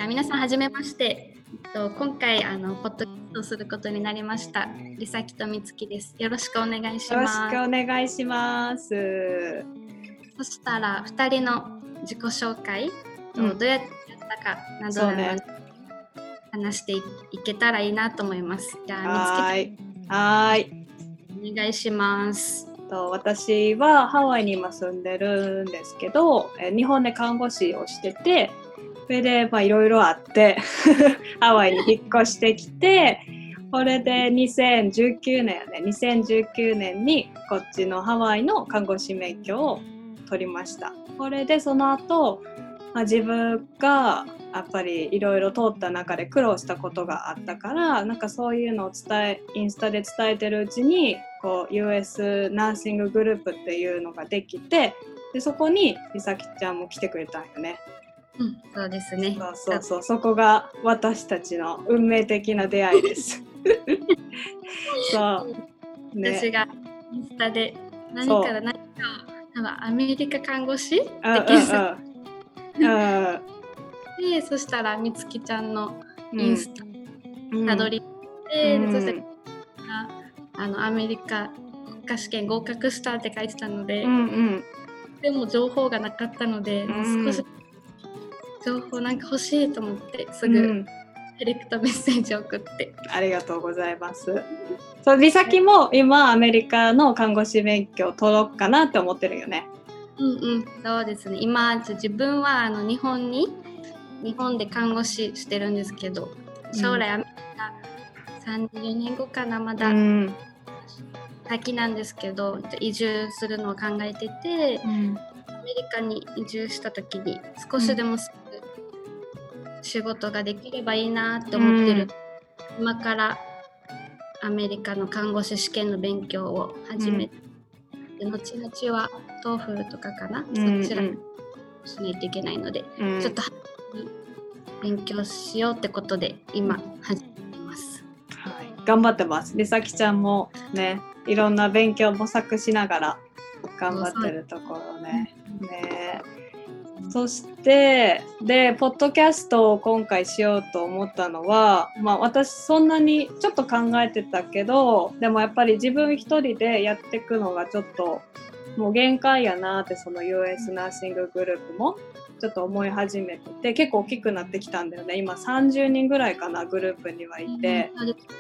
皆さんはじめまして。今回ポッドキャストをすることになりましたりさきとみつきです。よろしくお願いします。 よろしくお願いします。 そしたら2人の自己紹介とどうやってやったかなどなど話していけたらいいなと思います。じゃあみつきはい、 お願いします。 私はハワイに今住んでるんですけど、日本で看護師をしてて、それでいろいろあってハワイに引っ越してきて、これで2019年にこっちのハワイの看護師免許を取りました。これでその後、自分がやっぱりいろいろ通った中で苦労したことがあったから、なんかそういうのをインスタで伝えてるうちにUS ナーシンググループっていうのができて、でそこにりさきちゃんも来てくれたんよね。 そうですね。 そこが私たちの運命的な出会いですそうね、 私がインスタで何から何かをアメリカ看護師って検索で、そしたらみつきちゃんのインスタたどりで、そしてアメリカ国家試験合格したって書いてたので、でも情報がなかったので、少し情報なんか欲しいと思ってすぐダイレクトメッセージを送って、 ありがとうございます。そう、りさきも今アメリカの看護師免許取ろうかなって思ってるよね。 そうですね。今自分は日本で看護師してるんですけど、将来アメリカ30年後かな、まだ先なんですけど、移住するのを考えてて、アメリカに移住した時に少しでも仕事ができればいいなって思ってる、今からアメリカの看護師試験の勉強を始めて、後々はトーフルとかかな、そちらしないといけないので、ちょっと勉強しようってことで今始めてます。 頑張ってます。りさきちゃんもね、いろんな勉強を模索しながら頑張ってるところね。そしてポッドキャストを今回しようと思ったのは、私そんなにちょっと考えてたけど、でもやっぱり自分一人でやっていくのがちょっともう限界やなって、その US ナーシンググループもちょっと思い始めてて、結構大きくなってきたんだよね。今30人ぐらいかな、グループにはいて、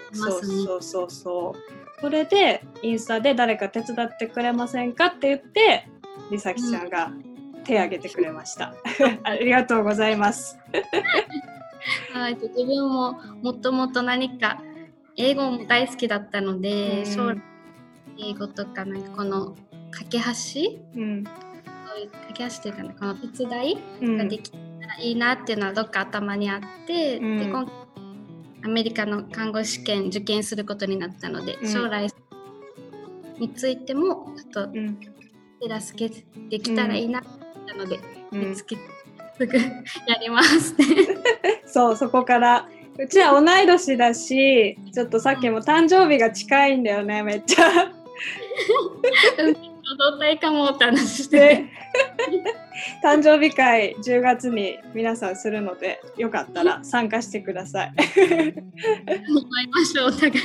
それでインスタで誰か手伝ってくれませんかって言ってりさきちゃんが手を挙げてくれましたありがとうございます自分ももともと何か英語も大好きだったので、将来英語とかなんかこの架け橋、そういう架け橋というか、この手伝いができたらいいなっていうのはどっか頭にあって、で今回アメリカの看護師試験受験することになったので、将来についてもちょっと手助けできたらいいなって思ったので、見つけてすぐやりますそこからうちは同い年だし、ちょっとさっきも誕生日が近いんだよね、めっちゃ同体かもって話して誕生日会10月に皆さんするので、よかったら参加してください思いましょう、お互いに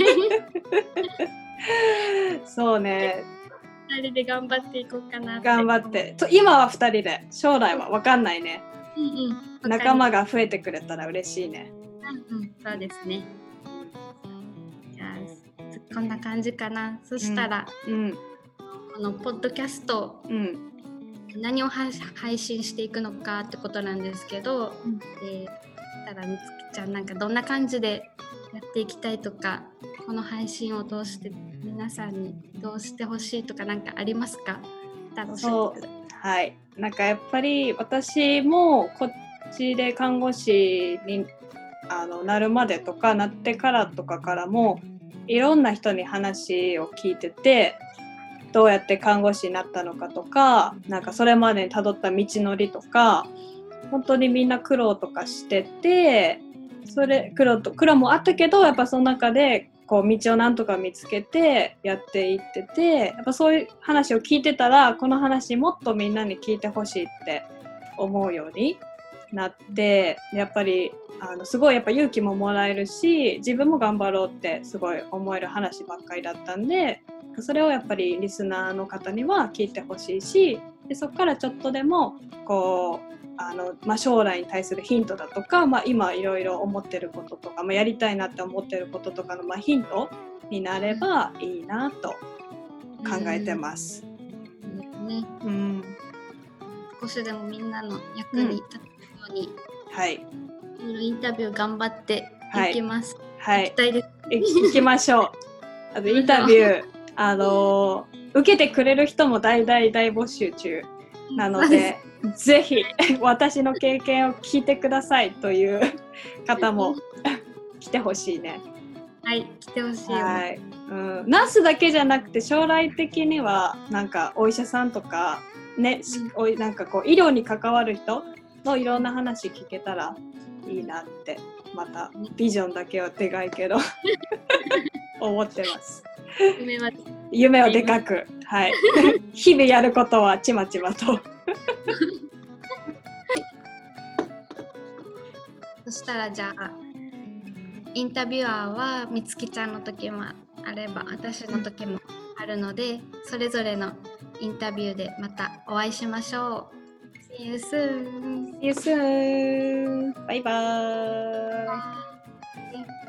そうね、 2人で頑張っていこうかなって。 頑張って、今は2人で、将来は分かんないね。仲間が増えてくれたら嬉しいね。 そうですね。じゃあこんな感じかな。そしたら、このポッドキャスト、何を配信していくのかってことなんですけど、たらみつきちゃん、なんかどんな感じでやっていきたいとか、この配信を通して皆さんにどうしてほしいとかなんかありますか？ はい、なんかやっぱり私もこっちで看護師になるまでとかなってからとかからもいろんな人に話を聞いてて、どうやって看護師になったのかとか、なんかそれまでにたどった道のりとか、本当にみんな苦労とかしてて、苦労もあったけど、やっぱその中で道をなんとか見つけてやっていってて、やっぱそういう話を聞いてたら、この話もっとみんなに聞いてほしいって思うようになってやっぱりすごいやっぱ勇気ももらえるし自分も頑張ろうってすごい思える話ばっかりだったんでそれをやっぱりリスナーの方には聞いてほしいしでそこからちょっとでもこう将来に対するヒントだとか、今いろいろ思ってることとか、やりたいなって思ってることとかの、ヒントになればいいなと考えてます。 ね、少しでもみんなの役に立つように、 はい、 インタビュー頑張っていきます。 はい、 行きたいです。 行きましょう。インタビュー受けてくれる人も大募集中なのでぜひ私の経験を聞いてくださいという方も来てほしいね。 はい、来てほしい。 はい、ナースだけじゃなくて将来的にはなんかお医者さんとかね、なんかこう医療に関わる人のいろんな話聞けたらいいなってまたビジョンだけはでかいけど思ってます。夢はでかく、はい。日々やることはちまちまと。 そしたらじゃあインタビュアーはみつきちゃんの時もあれば私の時もあるので、それぞれのインタビューでまたお会いしましょう。See you soon. See you soon. バイバーイ。